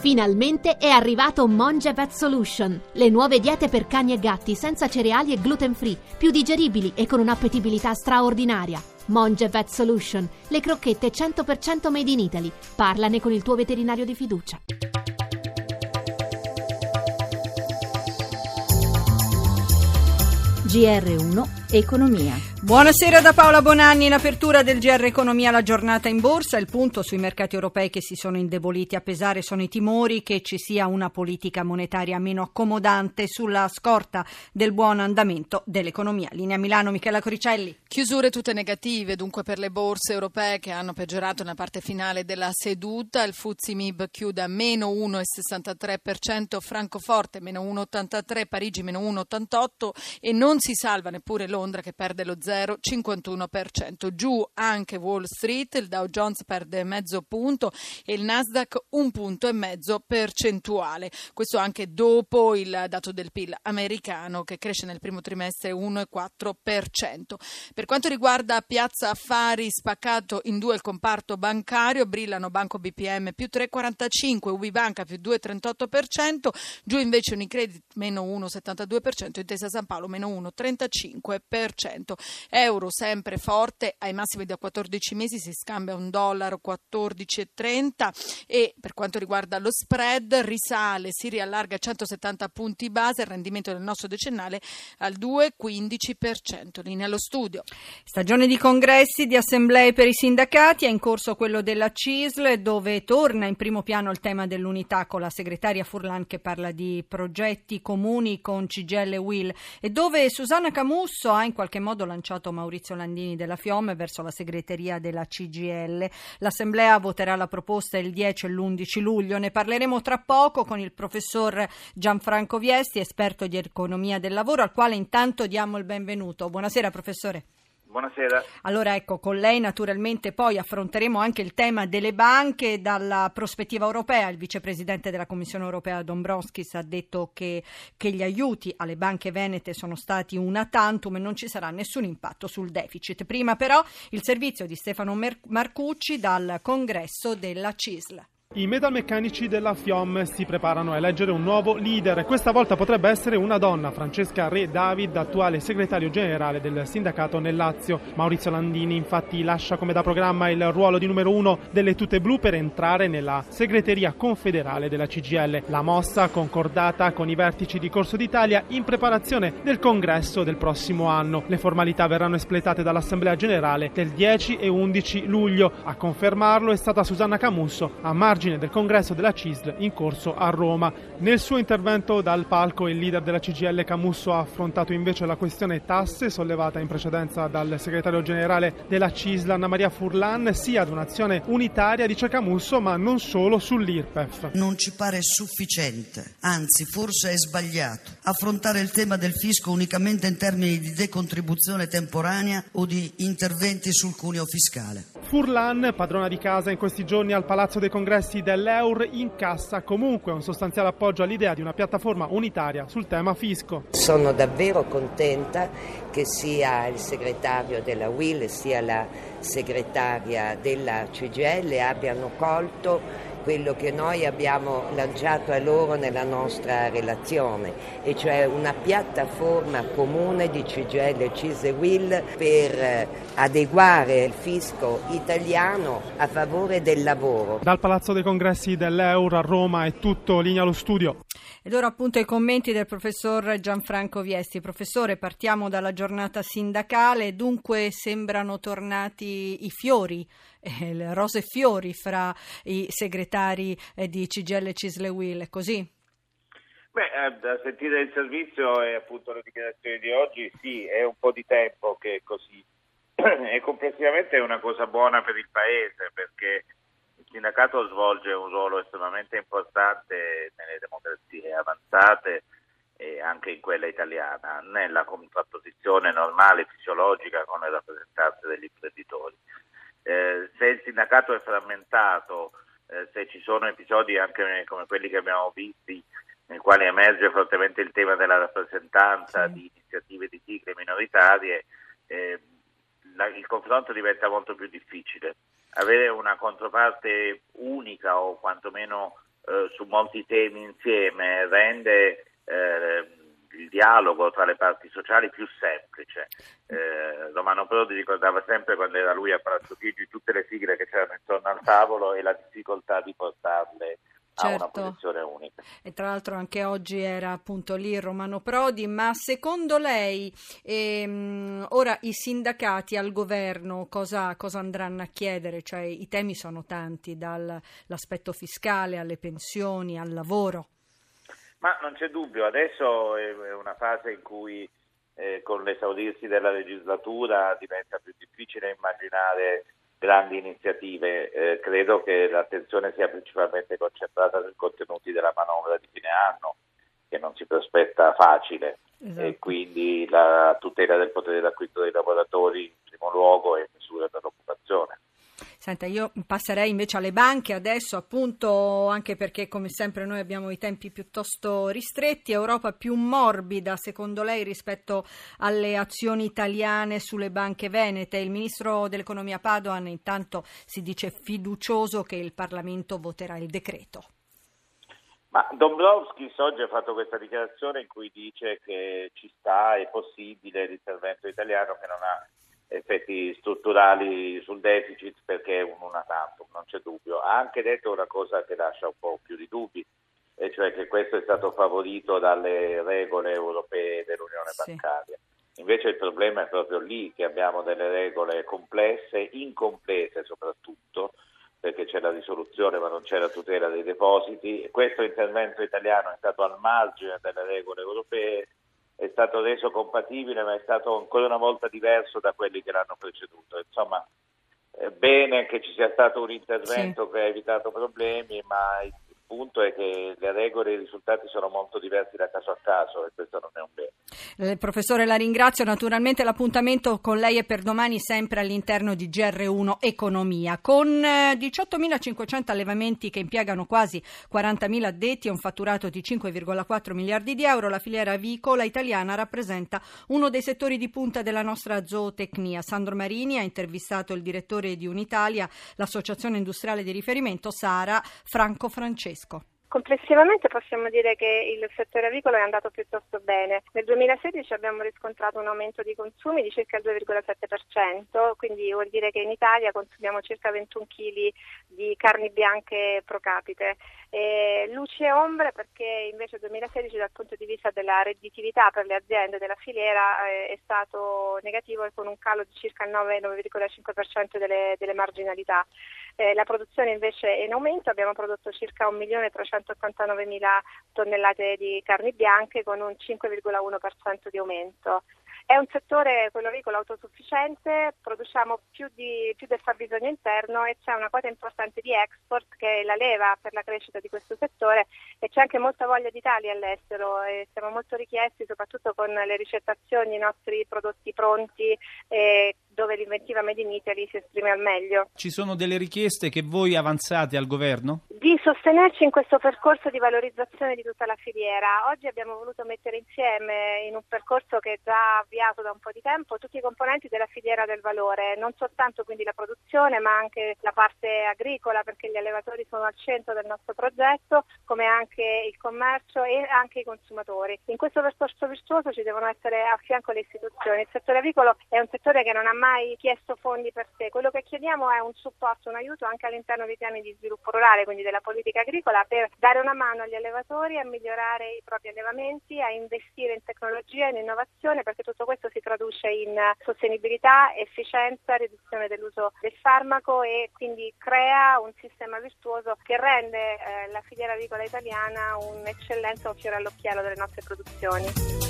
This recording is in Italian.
Finalmente è arrivato Monge Vet Solution, le nuove diete per cani e gatti senza cereali e gluten free, più digeribili e con un'appetibilità straordinaria. Monge Vet Solution, le crocchette 100% made in Italy. Parlane con il tuo veterinario di fiducia. GR1 Economia. Buonasera da Paola Bonanni. L'apertura del GR Economia, la giornata in borsa. Il punto sui mercati europei che si sono indeboliti. A pesare sono i timori che ci sia una politica monetaria meno accomodante sulla scorta del buon andamento dell'economia. Linea Milano, Michela Coricelli. Chiusure tutte negative dunque per le borse europee che hanno peggiorato nella parte finale della seduta. Il FTSE MIB chiude a meno 1,63%, Francoforte meno 1,83%, Parigi meno 1,88% e non si salva neppure Londra che perde lo 0,51%. Giù anche Wall Street, il Dow Jones perde mezzo punto e il Nasdaq 1,5 punti percentuale. Questo anche dopo il dato del PIL americano che cresce nel primo trimestre 1,4%. Per quanto riguarda Piazza Affari, spaccato in due il comparto bancario, brillano Banco BPM più 3,45%, UbiBanca più 2,38%, giù invece Unicredit meno 1,72%, Intesa San Paolo meno 1,35%. Euro sempre forte, ai massimi da 14 mesi si scambia $1 14,30 e per quanto riguarda lo spread risale, si riallarga a 170 punti base, il rendimento del nostro decennale al 2,15%. Linea allo studio. Stagione di congressi, di assemblee per i sindacati, è in corso quello della CISL dove torna in primo piano il tema dell'unità con la segretaria Furlan che parla di progetti comuni con CGIL e UIL e dove Susanna Camusso ha in qualche modo lanciato Maurizio Landini della FIOM verso la segreteria della CGIL. L'assemblea voterà la proposta il 10 e l'11 luglio. Ne parleremo tra poco con il professor Gianfranco Viesti, esperto di economia del lavoro, al quale intanto diamo il benvenuto. Buonasera professore. Buonasera. Allora ecco, con lei naturalmente poi affronteremo anche il tema delle banche dalla prospettiva europea. Il vicepresidente della Commissione europea Dombrovskis ha detto che gli aiuti alle banche venete sono stati una tantum e non ci sarà nessun impatto sul deficit. Prima però il servizio di Stefano Marcucci dal congresso della CISL. I metalmeccanici della FIOM si preparano a eleggere un nuovo leader. Questa volta potrebbe essere una donna, Francesca Re David, attuale segretario generale del sindacato nel Lazio. Maurizio Landini infatti lascia come da programma il ruolo di numero 1 delle tute blu per entrare nella segreteria confederale della CGIL. La mossa concordata con i vertici di Corso d'Italia in preparazione del congresso del prossimo anno. Le formalità verranno espletate dall'Assemblea Generale del 10 e 11 luglio. A confermarlo è stata Susanna Camusso, a margine del congresso della CISL in corso a Roma. Nel suo intervento dal palco il leader della CGIL Camusso ha affrontato invece la questione tasse sollevata in precedenza dal segretario generale della CISL Anna Maria Furlan, sia ad un'azione unitaria, dice Camusso, ma non solo sull'IRPEF. Non ci pare sufficiente, anzi forse è sbagliato, affrontare il tema del fisco unicamente in termini di decontribuzione temporanea o di interventi sul cuneo fiscale. Furlan, padrona di casa in questi giorni al Palazzo dei Congressi dell'Eur, incassa comunque un sostanziale appoggio all'idea di una piattaforma unitaria sul tema fisco. Sono davvero contenta che sia il segretario della UIL sia la segretaria della CGIL abbiano colto quello che noi abbiamo lanciato a loro nella nostra relazione, e cioè una piattaforma comune di CGIL, CISL e UIL per adeguare il fisco italiano a favore del lavoro. Dal Palazzo dei Congressi dell'Eur a Roma è tutto, linea allo studio. Ed ora appunto i commenti del professor Gianfranco Viesti. Professore, partiamo dalla giornata sindacale. Dunque sembrano tornati i fiori, le rose e fiori fra i segretari di CGIL, CISL e UIL, è così? Da sentire il servizio e appunto le dichiarazioni di oggi, sì, è un po' di tempo che è così. E complessivamente è una cosa buona per il Paese, perché il sindacato svolge un ruolo estremamente importante nelle democrazie avanzate e anche in quella italiana, nella contrapposizione normale, fisiologica con le rappresentanze degli imprenditori. Se il sindacato è frammentato, se ci sono episodi anche come quelli che abbiamo visti, nei quali emerge fortemente il tema della rappresentanza di iniziative di sigle minoritarie, il confronto diventa molto più difficile. Avere una controparte unica o quantomeno su molti temi insieme rende il dialogo tra le parti sociali più semplice. Romano Prodi ricordava sempre, quando era lui a Palazzo Chigi, tutte le sigle che c'erano intorno al tavolo e la difficoltà di portarle a una posizione unica. E tra l'altro anche oggi era appunto lì Romano Prodi. Ma secondo lei ora i sindacati al governo cosa andranno a chiedere? Cioè, i temi sono tanti, dall'aspetto fiscale alle pensioni al lavoro. Ma non c'è dubbio, adesso è una fase in cui con l'esaurirsi della legislatura diventa più difficile immaginare grandi iniziative. Credo che l'attenzione sia principalmente concentrata sui contenuti della manovra di fine anno, che non si prospetta facile, esatto. E quindi la tutela del potere d'acquisto dei lavoratori in primo luogo e misure per l'occupazione. Senta, io passerei invece alle banche adesso, appunto, anche perché come sempre noi abbiamo i tempi piuttosto ristretti. Europa più morbida secondo lei rispetto alle azioni italiane sulle banche venete? Il ministro dell'economia Padoan intanto si dice fiducioso che il Parlamento voterà il decreto. Ma Dombrovskis oggi ha fatto questa dichiarazione in cui dice che ci sta, è possibile l'intervento italiano, che non ha effetti strutturali sul deficit perché è un una tantum, non c'è dubbio. Ha anche detto una cosa che lascia un po' più di dubbi, e cioè che questo è stato favorito dalle regole europee dell'Unione bancaria. Invece il problema è proprio lì, che abbiamo delle regole complesse, incomplete soprattutto, perché c'è la risoluzione ma non c'è la tutela dei depositi. Questo intervento italiano è stato al margine delle regole europee, è stato reso compatibile, ma è stato ancora una volta diverso da quelli che l'hanno preceduto. Insomma, è bene che ci sia stato un intervento che ha evitato problemi, ma il punto è che le regole e i risultati sono molto diversi da caso a caso, e questo non è un bene. Professore, la ringrazio. Naturalmente l'appuntamento con lei è per domani, sempre all'interno di GR1 Economia. Con 18.500 allevamenti che impiegano quasi 40.000 addetti e un fatturato di 5,4 miliardi di euro, la filiera avicola italiana rappresenta uno dei settori di punta della nostra zootecnia. Sandro Marini ha intervistato il direttore di Unitalia, l'associazione industriale di riferimento, Sara Franco Francesco. Complessivamente possiamo dire che il settore avicolo è andato piuttosto bene. Nel 2016 abbiamo riscontrato un aumento di consumi di circa il 2,7%, quindi vuol dire che in Italia consumiamo circa 21 kg di carni bianche pro capite. Luci e ombre, perché invece il 2016 dal punto di vista della redditività per le aziende della filiera è stato negativo, con un calo di circa il 9,5% delle marginalità. La produzione invece è in aumento, abbiamo prodotto circa 1.389.000 tonnellate di carni bianche con un 5,1% di aumento. È un settore, quello agricolo, autosufficiente, produciamo più del fabbisogno interno e c'è una quota importante di export che è la leva per la crescita di questo settore, e c'è anche molta voglia di tagli all'estero e siamo molto richiesti, soprattutto con le ricettazioni, i nostri prodotti pronti, dove l'inventiva Made in Italy si esprime al meglio. Ci sono delle richieste che voi avanzate al governo? Di sostenerci in questo percorso di valorizzazione di tutta la filiera. Oggi abbiamo voluto mettere insieme, in un percorso che è già avviato da un po' di tempo, tutti i componenti della filiera del valore, non soltanto quindi la produzione, ma anche la parte agricola, perché gli allevatori sono al centro del nostro progetto, come anche il commercio e anche i consumatori. In questo percorso virtuoso ci devono essere a fianco le istituzioni. Il settore avicolo è un settore che non ha mai chiesto fondi per sé. Quello che chiediamo è un supporto, un aiuto anche all'interno dei piani di sviluppo rurale, quindi della politica agricola, per dare una mano agli allevatori a migliorare i propri allevamenti, a investire in tecnologia e in innovazione, perché tutto questo si traduce in sostenibilità, efficienza, riduzione dell'uso del farmaco, e quindi crea un sistema virtuoso che rende la filiera agricola italiana un'eccellenza, un fiore all'occhiello delle nostre produzioni.